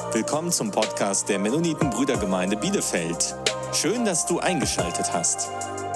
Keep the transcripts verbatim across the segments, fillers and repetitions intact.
Willkommen zum Podcast der Mennoniten-Brüdergemeinde Bielefeld. Schön, dass du eingeschaltet hast.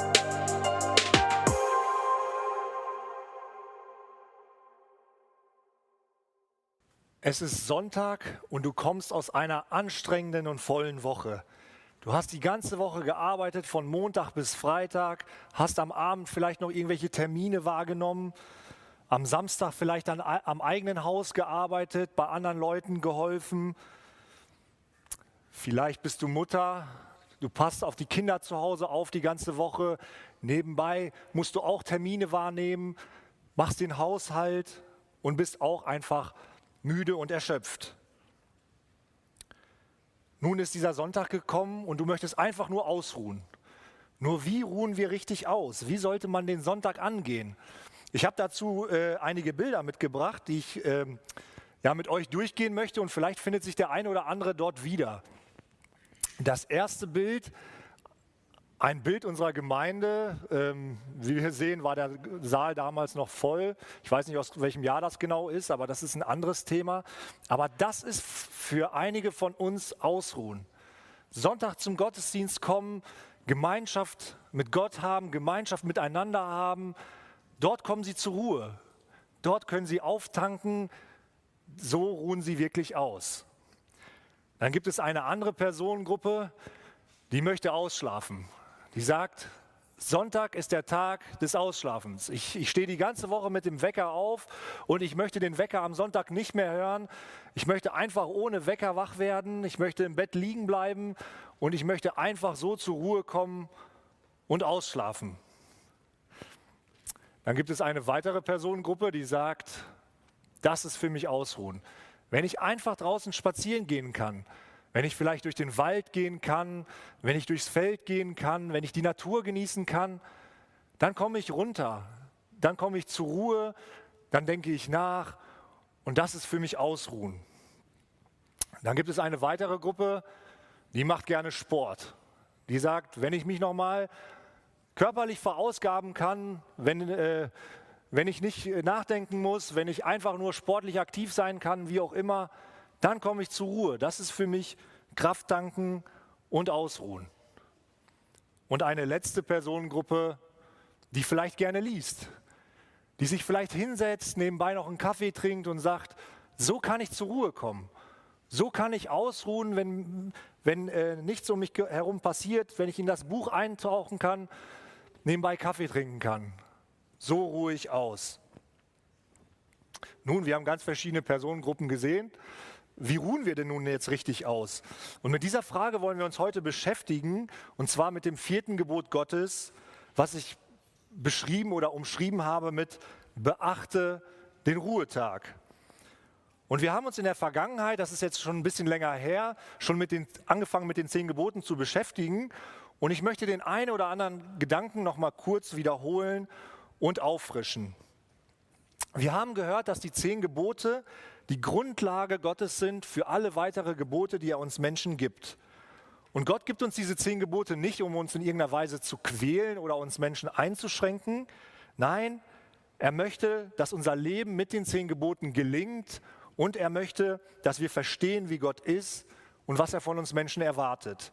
Es ist Sonntag und du kommst aus einer anstrengenden und vollen Woche. Du hast die ganze Woche gearbeitet, von Montag bis Freitag, hast am Abend vielleicht noch irgendwelche Termine wahrgenommen, am Samstag vielleicht an, am eigenen Haus gearbeitet, bei anderen Leuten geholfen. Vielleicht bist du Mutter, du passt auf die Kinder zu Hause auf die ganze Woche. Nebenbei musst du auch Termine wahrnehmen, machst den Haushalt und bist auch einfach müde und erschöpft. Nun ist dieser Sonntag gekommen und du möchtest einfach nur ausruhen. Nur wie ruhen wir richtig aus? Wie sollte man den Sonntag angehen? Ich habe dazu äh, einige Bilder mitgebracht, die ich äh, ja, mit euch durchgehen möchte und vielleicht findet sich der eine oder andere dort wieder. Das erste Bild, ein Bild unserer Gemeinde. Ähm, wie wir sehen, war der Saal damals noch voll. Ich weiß nicht, aus welchem Jahr das genau ist, aber das ist ein anderes Thema. Aber das ist für einige von uns Ausruhen. Sonntag zum Gottesdienst kommen, Gemeinschaft mit Gott haben, Gemeinschaft miteinander haben. Dort kommen sie zur Ruhe. Dort können sie auftanken. So ruhen sie wirklich aus. Dann gibt es eine andere Personengruppe, die möchte ausschlafen. Die sagt, Sonntag ist der Tag des Ausschlafens. Ich, ich stehe die ganze Woche mit dem Wecker auf und ich möchte den Wecker am Sonntag nicht mehr hören. Ich möchte einfach ohne Wecker wach werden. Ich möchte im Bett liegen bleiben und ich möchte einfach so zur Ruhe kommen und ausschlafen. Dann gibt es eine weitere Personengruppe, die sagt, das ist für mich Ausruhen. Wenn ich einfach draußen spazieren gehen kann, wenn ich vielleicht durch den Wald gehen kann, wenn ich durchs Feld gehen kann, wenn ich die Natur genießen kann, dann komme ich runter, dann komme ich zur Ruhe, dann denke ich nach und das ist für mich Ausruhen. Dann gibt es eine weitere Gruppe, die macht gerne Sport. Die sagt, wenn ich mich nochmal körperlich verausgaben kann, wenn, äh, wenn ich nicht nachdenken muss, wenn ich einfach nur sportlich aktiv sein kann, wie auch immer, dann komme ich zur Ruhe. Das ist für mich Kraft tanken und ausruhen. Und eine letzte Personengruppe, die vielleicht gerne liest, die sich vielleicht hinsetzt, nebenbei noch einen Kaffee trinkt und sagt, so kann ich zur Ruhe kommen. So kann ich ausruhen, wenn, wenn äh, nichts um mich herum passiert, wenn ich in das Buch eintauchen kann, nebenbei Kaffee trinken kann. So ruhe ich aus. Nun, wir haben ganz verschiedene Personengruppen gesehen. Wie ruhen wir denn nun jetzt richtig aus? Und mit dieser Frage wollen wir uns heute beschäftigen, und zwar mit dem vierten Gebot Gottes, was ich beschrieben oder umschrieben habe mit beachte den Ruhetag. Und wir haben uns in der Vergangenheit, das ist jetzt schon ein bisschen länger her, schon mit den, angefangen mit den zehn Geboten zu beschäftigen. Und ich möchte den einen oder anderen Gedanken noch mal kurz wiederholen und auffrischen. Wir haben gehört, dass die zehn Gebote die Grundlage Gottes sind für alle weitere Gebote, die er uns Menschen gibt. Und Gott gibt uns diese zehn Gebote nicht, um uns in irgendeiner Weise zu quälen oder uns Menschen einzuschränken. Nein, er möchte, dass unser Leben mit den zehn Geboten gelingt und er möchte, dass wir verstehen, wie Gott ist und was er von uns Menschen erwartet.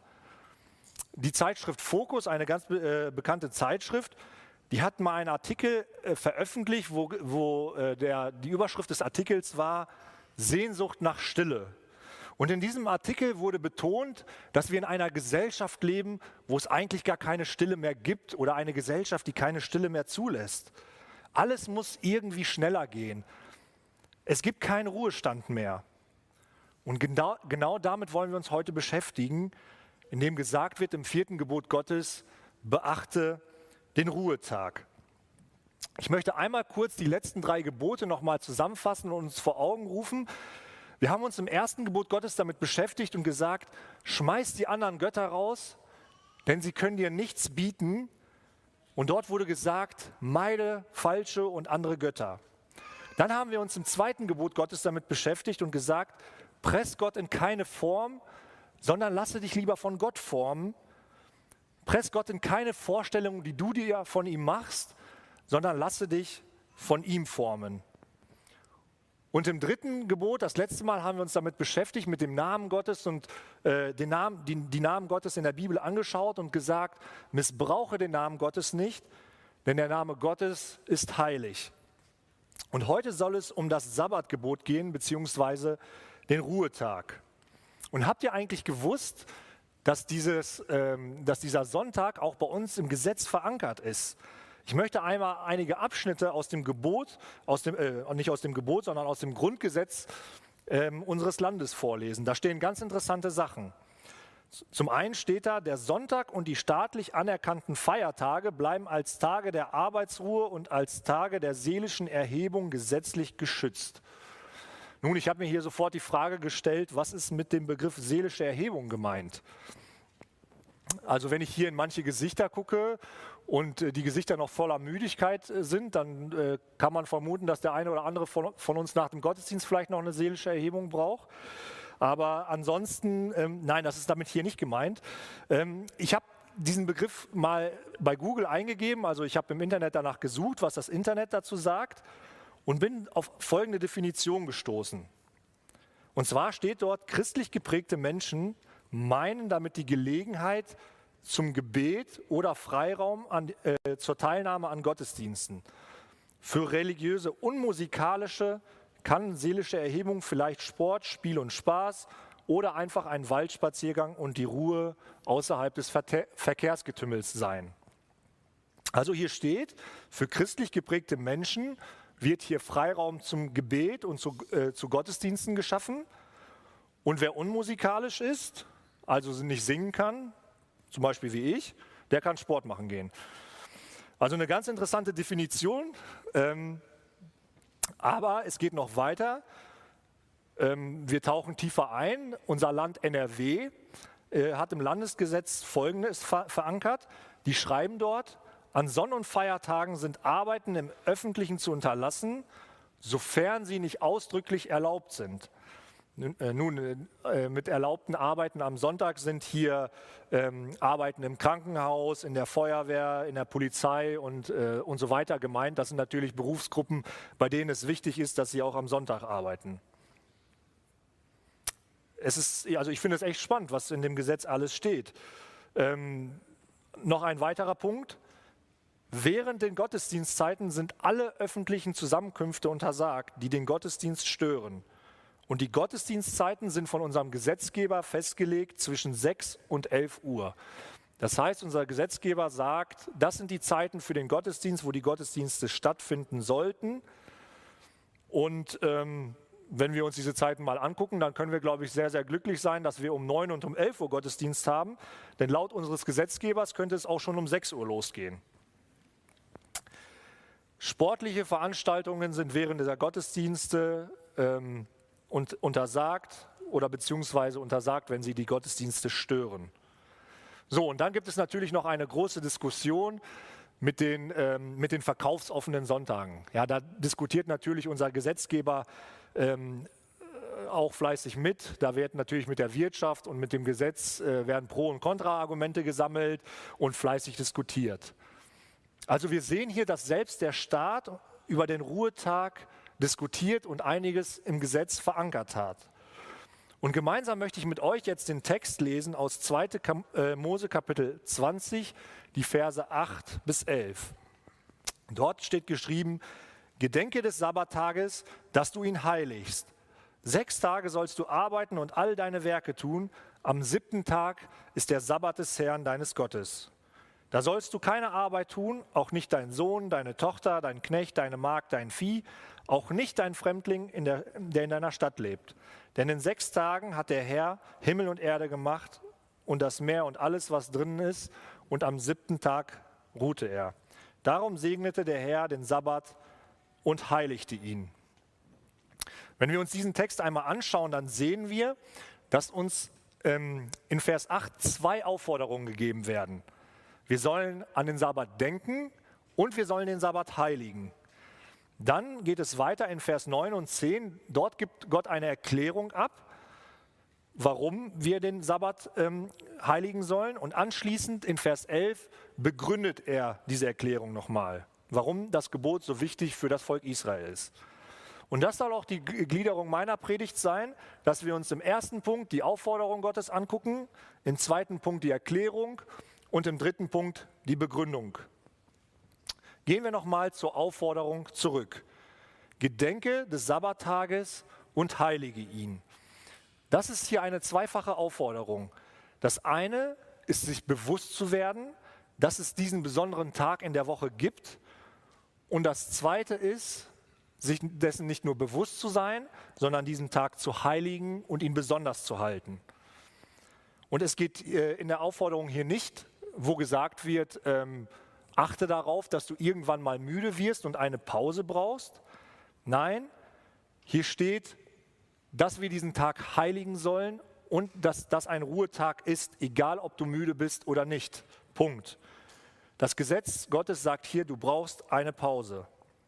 Die Zeitschrift Focus, eine ganz äh, bekannte Zeitschrift, die hat mal einen Artikel äh, veröffentlicht, wo, wo äh, der, die Überschrift des Artikels war Sehnsucht nach Stille. Und in diesem Artikel wurde betont, dass wir in einer Gesellschaft leben, wo es eigentlich gar keine Stille mehr gibt oder eine Gesellschaft, die keine Stille mehr zulässt. Alles muss irgendwie schneller gehen. Es gibt keinen Ruhestand mehr. Und genau, genau damit wollen wir uns heute beschäftigen, indem gesagt wird im vierten Gebot Gottes, beachte den Ruhetag. Ich möchte einmal kurz die letzten drei Gebote nochmal zusammenfassen und uns vor Augen rufen. Wir haben uns im ersten Gebot Gottes damit beschäftigt und gesagt, schmeiß die anderen Götter raus, denn sie können dir nichts bieten. Und dort wurde gesagt, meide falsche und andere Götter. Dann haben wir uns im zweiten Gebot Gottes damit beschäftigt und gesagt, press Gott in keine Form, sondern lasse dich lieber von Gott formen. Press Gott in keine Vorstellung, die du dir von ihm machst, sondern lasse dich von ihm formen. Und im dritten Gebot, das letzte Mal haben wir uns damit beschäftigt, mit dem Namen Gottes und äh, den Namen, die, die Namen Gottes in der Bibel angeschaut und gesagt, missbrauche den Namen Gottes nicht, denn der Name Gottes ist heilig. Und heute soll es um das Sabbatgebot gehen, beziehungsweise den Ruhetag. Und habt ihr eigentlich gewusst, dass, dieses, ähm, dass dieser Sonntag auch bei uns im Gesetz verankert ist? Ich möchte einmal einige Abschnitte aus dem Gebot, aus dem, äh, nicht aus dem Gebot, sondern aus dem Grundgesetz ähm, unseres Landes vorlesen. Da stehen ganz interessante Sachen. Zum einen steht da, der Sonntag und die staatlich anerkannten Feiertage bleiben als Tage der Arbeitsruhe und als Tage der seelischen Erhebung gesetzlich geschützt. Nun, ich habe mir hier sofort die Frage gestellt, was ist mit dem Begriff seelische Erhebung gemeint? Also wenn ich hier in manche Gesichter gucke und äh, die Gesichter noch voller Müdigkeit äh, sind, dann äh, kann man vermuten, dass der eine oder andere von, von uns nach dem Gottesdienst vielleicht noch eine seelische Erhebung braucht. Aber ansonsten, ähm, nein, das ist damit hier nicht gemeint. Ähm, ich habe diesen Begriff mal bei Google eingegeben, also ich habe im Internet danach gesucht, was das Internet dazu sagt und bin auf folgende Definition gestoßen. Und zwar steht dort, christlich geprägte Menschen meinen damit die Gelegenheit zum Gebet oder Freiraum an, äh, zur Teilnahme an Gottesdiensten. Für religiöse und musikalische kann seelische Erhebung vielleicht Sport, Spiel und Spaß oder einfach ein Waldspaziergang und die Ruhe außerhalb des Ver- Verkehrsgetümmels sein. Also hier steht, für christlich geprägte Menschen wird hier Freiraum zum Gebet und zu, äh, zu Gottesdiensten geschaffen. Und wer unmusikalisch ist, also nicht singen kann, zum Beispiel wie ich, der kann Sport machen gehen. Also eine ganz interessante Definition, ähm, aber es geht noch weiter. Ähm, wir tauchen tiefer ein. Unser Land N R W äh, hat im Landesgesetz Folgendes ver- verankert. Die schreiben dort, an Sonn- und Feiertagen sind Arbeiten im Öffentlichen zu unterlassen, sofern sie nicht ausdrücklich erlaubt sind. Nun, äh, mit erlaubten Arbeiten am Sonntag sind hier ähm, Arbeiten im Krankenhaus, in der Feuerwehr, in der Polizei und, äh, und so weiter gemeint. Das sind natürlich Berufsgruppen, bei denen es wichtig ist, dass sie auch am Sonntag arbeiten. Es ist, also ich finde es echt spannend, was in dem Gesetz alles steht. Ähm, noch ein weiterer Punkt. Während den Gottesdienstzeiten sind alle öffentlichen Zusammenkünfte untersagt, die den Gottesdienst stören. Und die Gottesdienstzeiten sind von unserem Gesetzgeber festgelegt zwischen sechs und elf Uhr. Das heißt, unser Gesetzgeber sagt, das sind die Zeiten für den Gottesdienst, wo die Gottesdienste stattfinden sollten. Und ähm, wenn wir uns diese Zeiten mal angucken, dann können wir, glaube ich, sehr, sehr glücklich sein, dass wir um neun und um elf Uhr Gottesdienst haben. Denn laut unseres Gesetzgebers könnte es auch schon um sechs Uhr losgehen. Sportliche Veranstaltungen sind während dieser Gottesdienste ähm, und untersagt oder beziehungsweise untersagt, wenn sie die Gottesdienste stören. So, und dann gibt es natürlich noch eine große Diskussion mit den, ähm, mit den verkaufsoffenen Sonntagen. Ja, da diskutiert natürlich unser Gesetzgeber ähm, auch fleißig mit. Da wird natürlich mit der Wirtschaft und mit dem Gesetz äh, werden Pro- und Kontra-Argumente gesammelt und fleißig diskutiert. Also wir sehen hier, dass selbst der Staat über den Ruhetag diskutiert und einiges im Gesetz verankert hat. Und gemeinsam möchte ich mit euch jetzt den Text lesen aus zweiter Mose Kapitel zwanzig, die Verse acht bis elf. Dort steht geschrieben, Gedenke des Sabbattages, dass du ihn heiligst. Sechs Tage sollst du arbeiten und all deine Werke tun. Am siebten Tag ist der Sabbat des Herrn deines Gottes. Da sollst du keine Arbeit tun, auch nicht dein Sohn, deine Tochter, dein Knecht, deine Magd, dein Vieh, auch nicht dein Fremdling, in der, der in deiner Stadt lebt. Denn in sechs Tagen hat der Herr Himmel und Erde gemacht und das Meer und alles, was drinnen ist, und am siebten Tag ruhte er. Darum segnete der Herr den Sabbat und heiligte ihn. Wenn wir uns diesen Text einmal anschauen, dann sehen wir, dass uns ähm, in Vers acht zwei Aufforderungen gegeben werden. Wir sollen an den Sabbat denken und wir sollen den Sabbat heiligen. Dann geht es weiter in Vers neun und zehn. Dort gibt Gott eine Erklärung ab, warum wir den Sabbat ähm, heiligen sollen. Und anschließend in Vers elf begründet er diese Erklärung nochmal, warum das Gebot so wichtig für das Volk Israel ist. Und das soll auch die Gliederung meiner Predigt sein, dass wir uns im ersten Punkt die Aufforderung Gottes angucken, im zweiten Punkt die Erklärung und im dritten Punkt die Begründung. Gehen wir nochmal zur Aufforderung zurück. Gedenke des Sabbattages und heilige ihn. Das ist hier eine zweifache Aufforderung. Das eine ist, sich bewusst zu werden, dass es diesen besonderen Tag in der Woche gibt. Und das zweite ist, sich dessen nicht nur bewusst zu sein, sondern diesen Tag zu heiligen und ihn besonders zu halten. Und es geht äh, in der Aufforderung hier nicht, wo gesagt wird, ähm, achte darauf, dass du irgendwann mal müde wirst und eine Pause brauchst. Nein, hier steht, dass wir diesen Tag heiligen sollen und dass das ein Ruhetag ist, egal ob du müde bist oder nicht. Punkt. Das Gesetz Gottes sagt hier, du brauchst eine Pause.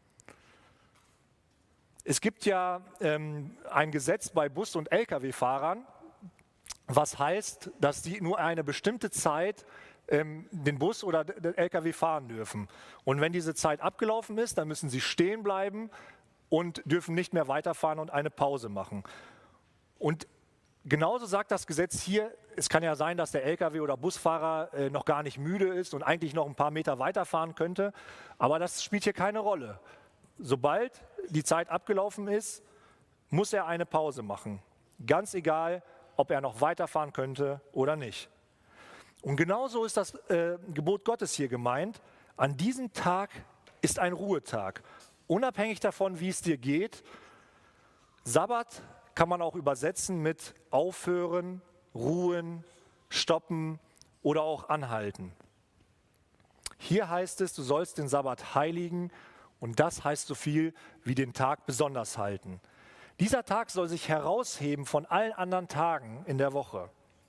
Es gibt ja ähm, ein Gesetz bei Bus- und L K W-Fahrern, was heißt, dass die nur eine bestimmte Zeit ähm, den Bus oder den L K W fahren dürfen. Und wenn diese Zeit abgelaufen ist, dann müssen sie stehen bleiben und dürfen nicht mehr weiterfahren und eine Pause machen. Und genauso sagt das Gesetz hier, es kann ja sein, dass der L K W- oder Busfahrer äh, noch gar nicht müde ist und eigentlich noch ein paar Meter weiterfahren könnte, aber das spielt hier keine Rolle. Sobald die Zeit abgelaufen ist, muss er eine Pause machen. Ganz egal, ob er noch weiterfahren könnte oder nicht. Und genauso ist das äh, Gebot Gottes hier gemeint. An diesem Tag ist ein Ruhetag. Unabhängig davon, wie es dir geht. Sabbat kann man auch übersetzen mit aufhören, ruhen, stoppen oder auch anhalten. Hier heißt es, du sollst den Sabbat heiligen. Und das heißt so viel wie den Tag besonders halten. Dieser Tag soll sich herausheben von allen anderen Tagen in der Woche.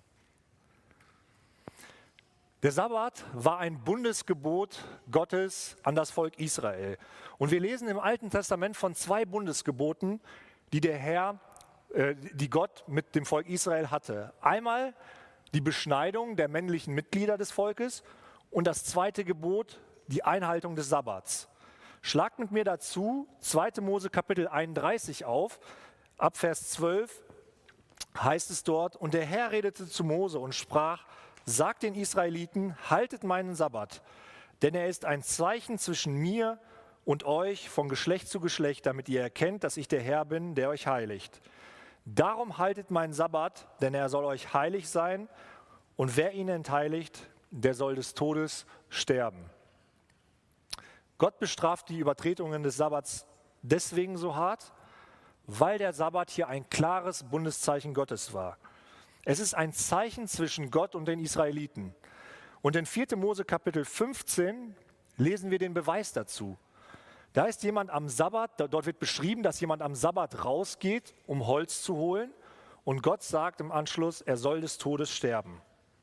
Der Sabbat war ein Bundesgebot Gottes an das Volk Israel. Und wir lesen im Alten Testament von zwei Bundesgeboten, die der Herr, äh, die Gott mit dem Volk Israel hatte. Einmal die Beschneidung der männlichen Mitglieder des Volkes und das zweite Gebot, die Einhaltung des Sabbats. Schlagt mit mir dazu zweite Mose Kapitel einunddreißig auf, ab Vers zwölf heißt es dort, und der Herr redete zu Mose und sprach, sagt den Israeliten, haltet meinen Sabbat, denn er ist ein Zeichen zwischen mir und euch von Geschlecht zu Geschlecht, damit ihr erkennt, dass ich der Herr bin, der euch heiligt. Darum haltet meinen Sabbat, denn er soll euch heilig sein, und wer ihn entheiligt, der soll des Todes sterben. Gott bestraft die Übertretungen des Sabbats deswegen so hart, weil der Sabbat hier ein klares Bundeszeichen Gottes war. Es ist ein Zeichen zwischen Gott und den Israeliten. Und in vierte Mose Kapitel fünfzehn lesen wir den Beweis dazu. Da ist jemand am Sabbat, dort wird beschrieben, dass jemand am Sabbat rausgeht, um Holz zu holen. Und Gott sagt im Anschluss, er soll des Todes sterben.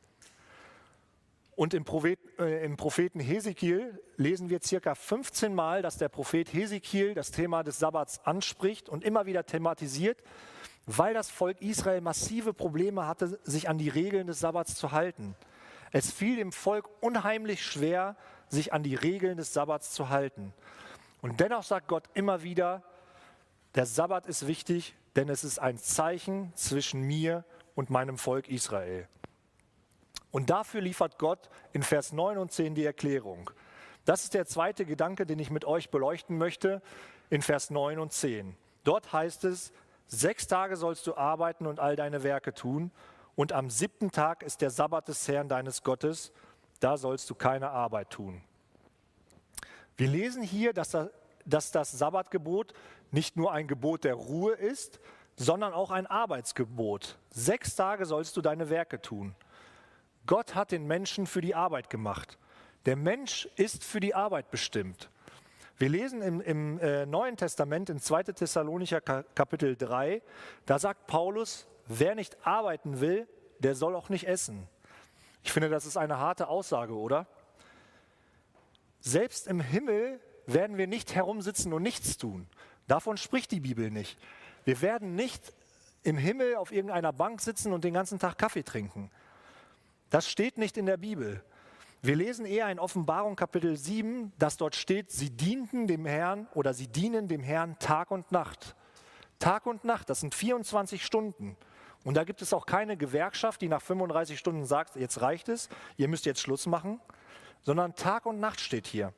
Und im, Prophet, äh, im Propheten Hesekiel lesen wir circa fünfzehn Mal, dass der Prophet Hesekiel das Thema des Sabbats anspricht und immer wieder thematisiert, weil das Volk Israel massive Probleme hatte, sich an die Regeln des Sabbats zu halten. Es fiel dem Volk unheimlich schwer, sich an die Regeln des Sabbats zu halten. Und dennoch sagt Gott immer wieder, der Sabbat ist wichtig, denn es ist ein Zeichen zwischen mir und meinem Volk Israel. Und dafür liefert Gott in Vers neun und zehn die Erklärung. Das ist der zweite Gedanke, den ich mit euch beleuchten möchte, in Vers neun und zehn. Dort heißt es, sechs Tage sollst du arbeiten und all deine Werke tun, und am siebten Tag ist der Sabbat des Herrn deines Gottes, da sollst du keine Arbeit tun. Wir lesen hier, dass das, dass das Sabbatgebot nicht nur ein Gebot der Ruhe ist, sondern auch ein Arbeitsgebot. Sechs Tage sollst du deine Werke tun. Gott hat den Menschen für die Arbeit gemacht. Der Mensch ist für die Arbeit bestimmt. Wir lesen im, im äh, Neuen Testament in zweite Thessalonicher Kapitel drei, da sagt Paulus, wer nicht arbeiten will, der soll auch nicht essen. Ich finde, das ist eine harte Aussage, oder? Selbst im Himmel werden wir nicht herumsitzen und nichts tun. Davon spricht die Bibel nicht. Wir werden nicht im Himmel auf irgendeiner Bank sitzen und den ganzen Tag Kaffee trinken. Das steht nicht in der Bibel. Wir lesen eher in Offenbarung Kapitel sieben, dass dort steht, sie dienten dem Herrn oder sie dienen dem Herrn Tag und Nacht. Tag und Nacht, das sind vierundzwanzig Stunden. Und da gibt es auch keine Gewerkschaft, die nach fünfunddreißig Stunden sagt, jetzt reicht es, ihr müsst jetzt Schluss machen, sondern Tag und Nacht steht hier.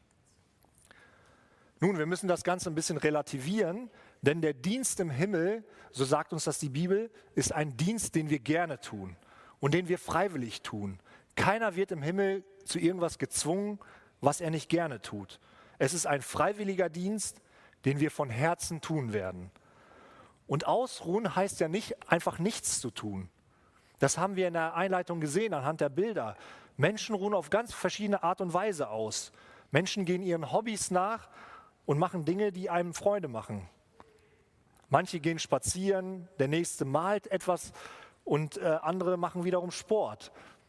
Nun, wir müssen das Ganze ein bisschen relativieren, denn der Dienst im Himmel, so sagt uns das die Bibel, ist ein Dienst, den wir gerne tun und den wir freiwillig tun. Keiner wird im Himmel zu irgendwas gezwungen, was er nicht gerne tut. Es ist ein freiwilliger Dienst, den wir von Herzen tun werden. Und ausruhen heißt ja nicht, einfach nichts zu tun. Das haben wir in der Einleitung gesehen anhand der Bilder. Menschen ruhen auf ganz verschiedene Art und Weise aus. Menschen gehen ihren Hobbys nach und machen Dinge, die einem Freude machen. Manche gehen spazieren, der nächste malt etwas und äh, andere machen wiederum Sport.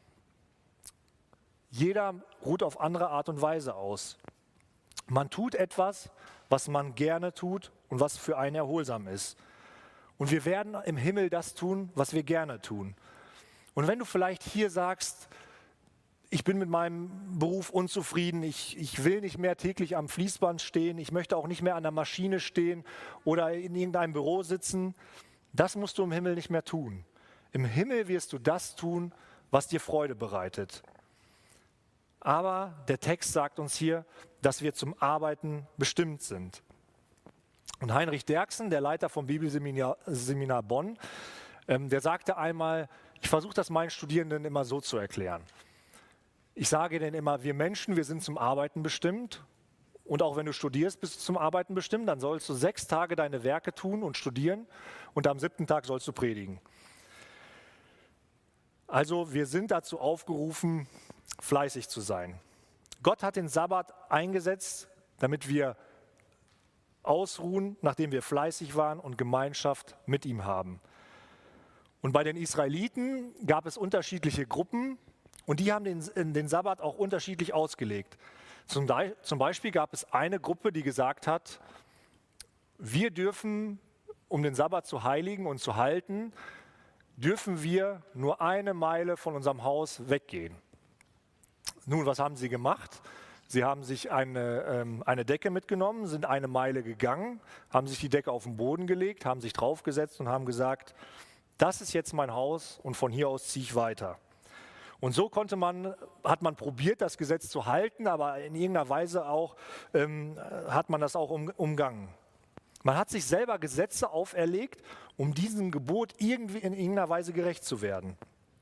Jeder ruht auf andere Art und Weise aus. Man tut etwas, was man gerne tut und was für einen erholsam ist. Und wir werden im Himmel das tun, was wir gerne tun. Und wenn du vielleicht hier sagst, ich bin mit meinem Beruf unzufrieden, ich, ich will nicht mehr täglich am Fließband stehen, ich möchte auch nicht mehr an der Maschine stehen oder in irgendeinem Büro sitzen, das musst du im Himmel nicht mehr tun. Im Himmel wirst du das tun, was dir Freude bereitet. Aber der Text sagt uns hier, dass wir zum Arbeiten bestimmt sind. Und Heinrich Derksen, der Leiter vom Bibelseminar Seminar Bonn, ähm, der sagte einmal, ich versuche das meinen Studierenden immer so zu erklären. Ich sage denen immer, wir Menschen, wir sind zum Arbeiten bestimmt. Und auch wenn du studierst, bist du zum Arbeiten bestimmt. Dann sollst du sechs Tage deine Werke tun und studieren und am siebten Tag sollst du predigen. Also wir sind dazu aufgerufen, fleißig zu sein. Gott hat den Sabbat eingesetzt, damit wir ausruhen, nachdem wir fleißig waren und Gemeinschaft mit ihm haben. Und bei den Israeliten gab es unterschiedliche Gruppen und die haben den, den Sabbat auch unterschiedlich ausgelegt. Zum, zum Beispiel gab es eine Gruppe, die gesagt hat, wir dürfen, um den Sabbat zu heiligen und zu halten, dürfen wir nur eine Meile von unserem Haus weggehen. Nun, was haben sie gemacht? Sie haben sich eine, ähm, eine Decke mitgenommen, sind eine Meile gegangen, haben sich die Decke auf den Boden gelegt, haben sich draufgesetzt und haben gesagt, das ist jetzt mein Haus und von hier aus ziehe ich weiter. Und so konnte man, hat man probiert, das Gesetz zu halten, aber in irgendeiner Weise auch, ähm, hat man das auch um, umgangen. Man hat sich selber Gesetze auferlegt, um diesem Gebot irgendwie in irgendeiner Weise gerecht zu werden.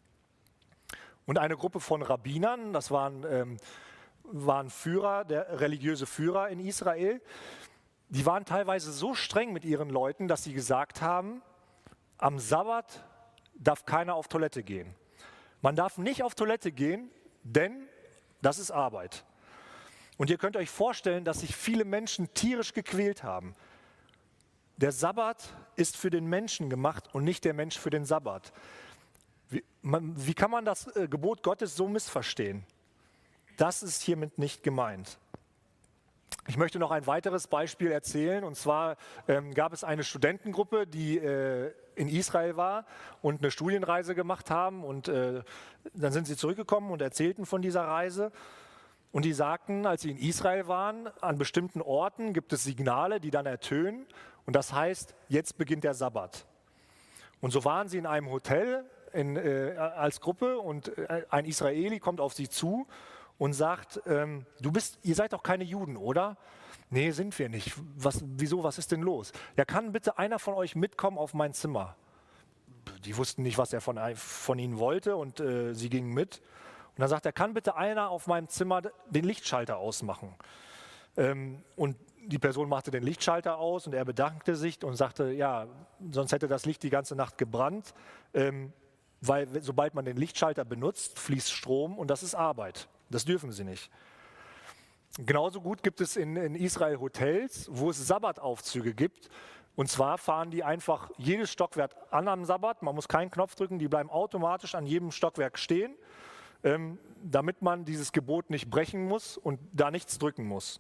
Und eine Gruppe von Rabbinern, das waren, ähm, waren Führer, der religiöse Führer in Israel, die waren teilweise so streng mit ihren Leuten, dass sie gesagt haben, am Sabbat darf keiner auf Toilette gehen. Man darf nicht auf Toilette gehen, denn das ist Arbeit. Und ihr könnt euch vorstellen, dass sich viele Menschen tierisch gequält haben. Der Sabbat ist für den Menschen gemacht und nicht der Mensch für den Sabbat. Wie, man, wie kann man das äh, Gebot Gottes so missverstehen? Das ist hiermit nicht gemeint. Ich möchte noch ein weiteres Beispiel erzählen. Und zwar ähm, gab es eine Studentengruppe, die äh, in Israel war und eine Studienreise gemacht haben. Und äh, dann sind sie zurückgekommen und erzählten von dieser Reise. Und die sagten, als sie in Israel waren, an bestimmten Orten gibt es Signale, die dann ertönen. Und das heißt, jetzt beginnt der Sabbat. Und so waren sie in einem Hotel in, äh, als Gruppe und äh, ein Israeli kommt auf sie zu und sagt, ähm, du bist, ihr seid doch keine Juden, oder? Nee, sind wir nicht. Was, wieso, was ist denn los? Ja, kann bitte einer von euch mitkommen auf mein Zimmer? Die wussten nicht, was er von, von ihnen wollte und äh, sie gingen mit. Und dann sagt er, kann bitte einer auf meinem Zimmer den Lichtschalter ausmachen? Ähm, und die Person machte den Lichtschalter aus und er bedankte sich und sagte, ja, sonst hätte das Licht die ganze Nacht gebrannt, ähm, weil sobald man den Lichtschalter benutzt, fließt Strom und das ist Arbeit. Das dürfen sie nicht. Genauso gut gibt es in, in Israel Hotels, wo es Sabbataufzüge gibt. Und zwar fahren die einfach jedes Stockwerk an am Sabbat. Man muss keinen Knopf drücken, die bleiben automatisch an jedem Stockwerk stehen, ähm, damit man dieses Gebot nicht brechen muss und da nichts drücken muss.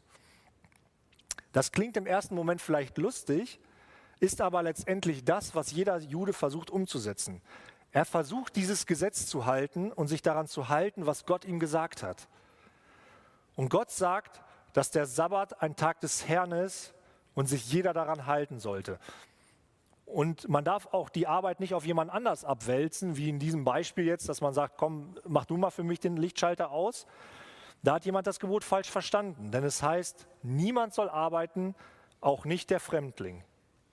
Das klingt im ersten Moment vielleicht lustig, ist aber letztendlich das, was jeder Jude versucht umzusetzen. Er versucht, dieses Gesetz zu halten und sich daran zu halten, was Gott ihm gesagt hat. Und Gott sagt, dass der Sabbat ein Tag des Herrn ist und sich jeder daran halten sollte. Und man darf auch die Arbeit nicht auf jemand anders abwälzen, wie in diesem Beispiel jetzt, dass man sagt, komm, mach du mal für mich den Lichtschalter aus. Da hat jemand das Gebot falsch verstanden, denn es heißt, niemand soll arbeiten, auch nicht der Fremdling.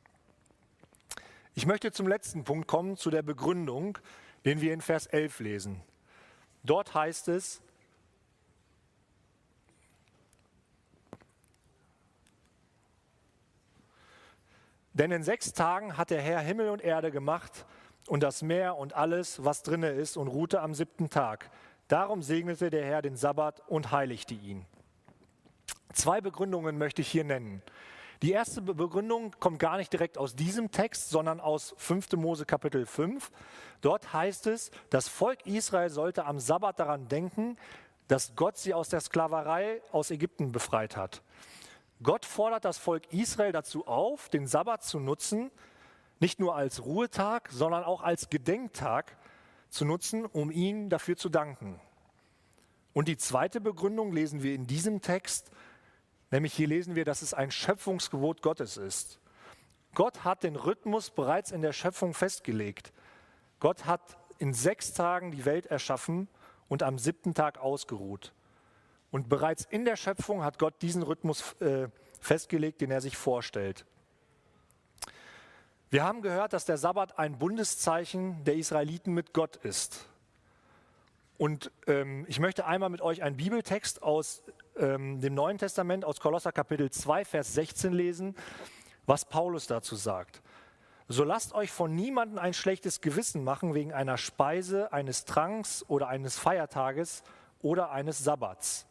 Ich möchte zum letzten Punkt kommen, zu der Begründung, den wir in Vers elf lesen. Dort heißt es, denn in sechs Tagen hat der Herr Himmel und Erde gemacht und das Meer und alles, was drinne ist, und ruhte am siebten Tag. Darum segnete der Herr den Sabbat und heiligte ihn. Zwei Begründungen möchte ich hier nennen. Die erste Begründung kommt gar nicht direkt aus diesem Text, sondern aus fünfter Mose Kapitel fünf. Dort heißt es, das Volk Israel sollte am Sabbat daran denken, dass Gott sie aus der Sklaverei aus Ägypten befreit hat. Gott fordert das Volk Israel dazu auf, den Sabbat zu nutzen, nicht nur als Ruhetag, sondern auch als Gedenktag zu nutzen, um ihm dafür zu danken. Und die zweite Begründung lesen wir in diesem Text, nämlich hier lesen wir, dass es ein Schöpfungsgebot Gottes ist. Gott hat den Rhythmus bereits in der Schöpfung festgelegt. Gott hat in sechs Tagen die Welt erschaffen und am siebten Tag ausgeruht. Und bereits in der Schöpfung hat Gott diesen Rhythmus äh, festgelegt, den er sich vorstellt. Wir haben gehört, dass der Sabbat ein Bundeszeichen der Israeliten mit Gott ist. Und ähm, ich möchte einmal mit euch einen Bibeltext aus ähm, dem Neuen Testament, aus Kolosser Kapitel zwei, Vers sechzehn lesen, was Paulus dazu sagt. So lasst euch von niemandem ein schlechtes Gewissen machen wegen einer Speise, eines Tranks oder eines Feiertages oder eines Sabbats.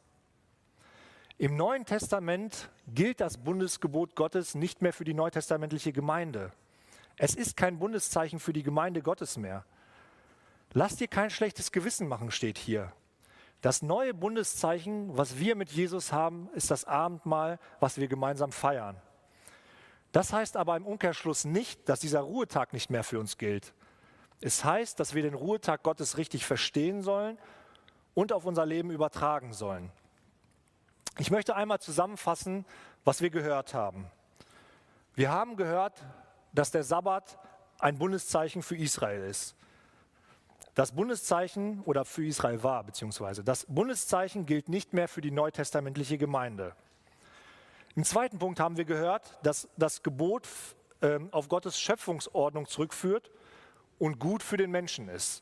Im Neuen Testament gilt das Bundesgebot Gottes nicht mehr für die neutestamentliche Gemeinde. Es ist kein Bundeszeichen für die Gemeinde Gottes mehr. Lasst dir kein schlechtes Gewissen machen, steht hier. Das neue Bundeszeichen, was wir mit Jesus haben, ist das Abendmahl, was wir gemeinsam feiern. Das heißt aber im Umkehrschluss nicht, dass dieser Ruhetag nicht mehr für uns gilt. Es heißt, dass wir den Ruhetag Gottes richtig verstehen sollen und auf unser Leben übertragen sollen. Ich möchte einmal zusammenfassen, was wir gehört haben. Wir haben gehört, dass der Sabbat ein Bundeszeichen für Israel ist. Das Bundeszeichen, oder für Israel war, beziehungsweise das Bundeszeichen gilt nicht mehr für die neutestamentliche Gemeinde. Im zweiten Punkt haben wir gehört, dass das Gebot äh, auf Gottes Schöpfungsordnung zurückführt und gut für den Menschen ist.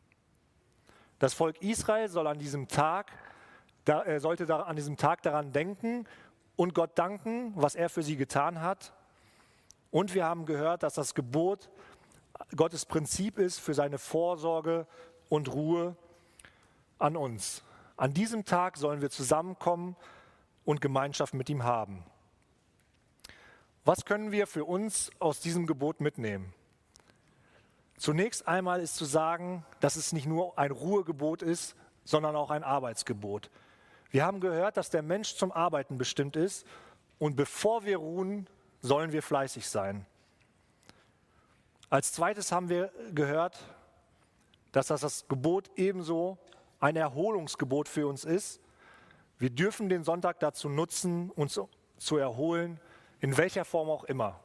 Das Volk Israel soll an diesem Tag Da, er sollte da, an diesem Tag daran denken und Gott danken, was er für sie getan hat. Und wir haben gehört, dass das Gebot Gottes Prinzip ist für seine Vorsorge und Ruhe an uns. An diesem Tag sollen wir zusammenkommen und Gemeinschaft mit ihm haben. Was können wir für uns aus diesem Gebot mitnehmen? Zunächst einmal ist zu sagen, dass es nicht nur ein Ruhegebot ist, sondern auch ein Arbeitsgebot. Wir haben gehört, dass der Mensch zum Arbeiten bestimmt ist und bevor wir ruhen, sollen wir fleißig sein. Als zweites haben wir gehört, dass das, das Gebot ebenso ein Erholungsgebot für uns ist. Wir dürfen den Sonntag dazu nutzen, uns zu erholen, in welcher Form auch immer.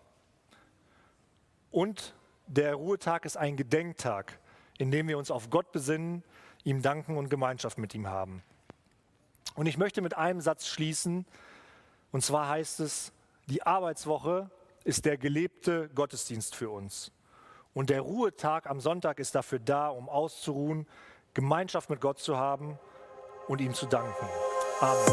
Und der Ruhetag ist ein Gedenktag, in dem wir uns auf Gott besinnen, ihm danken und Gemeinschaft mit ihm haben. Und ich möchte mit einem Satz schließen, und zwar heißt es, die Arbeitswoche ist der gelebte Gottesdienst für uns. Und der Ruhetag am Sonntag ist dafür da, um auszuruhen, Gemeinschaft mit Gott zu haben und ihm zu danken. Amen.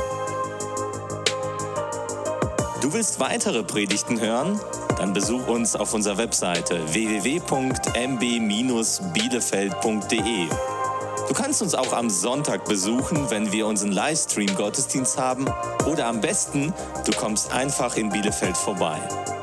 Du willst weitere Predigten hören? Dann besuch uns auf unserer Webseite w w w punkt m b bindestrich bielefeld punkt d e. Du kannst uns auch am Sonntag besuchen, wenn wir unseren Livestream-Gottesdienst haben. Oder am besten, du kommst einfach in Bielefeld vorbei.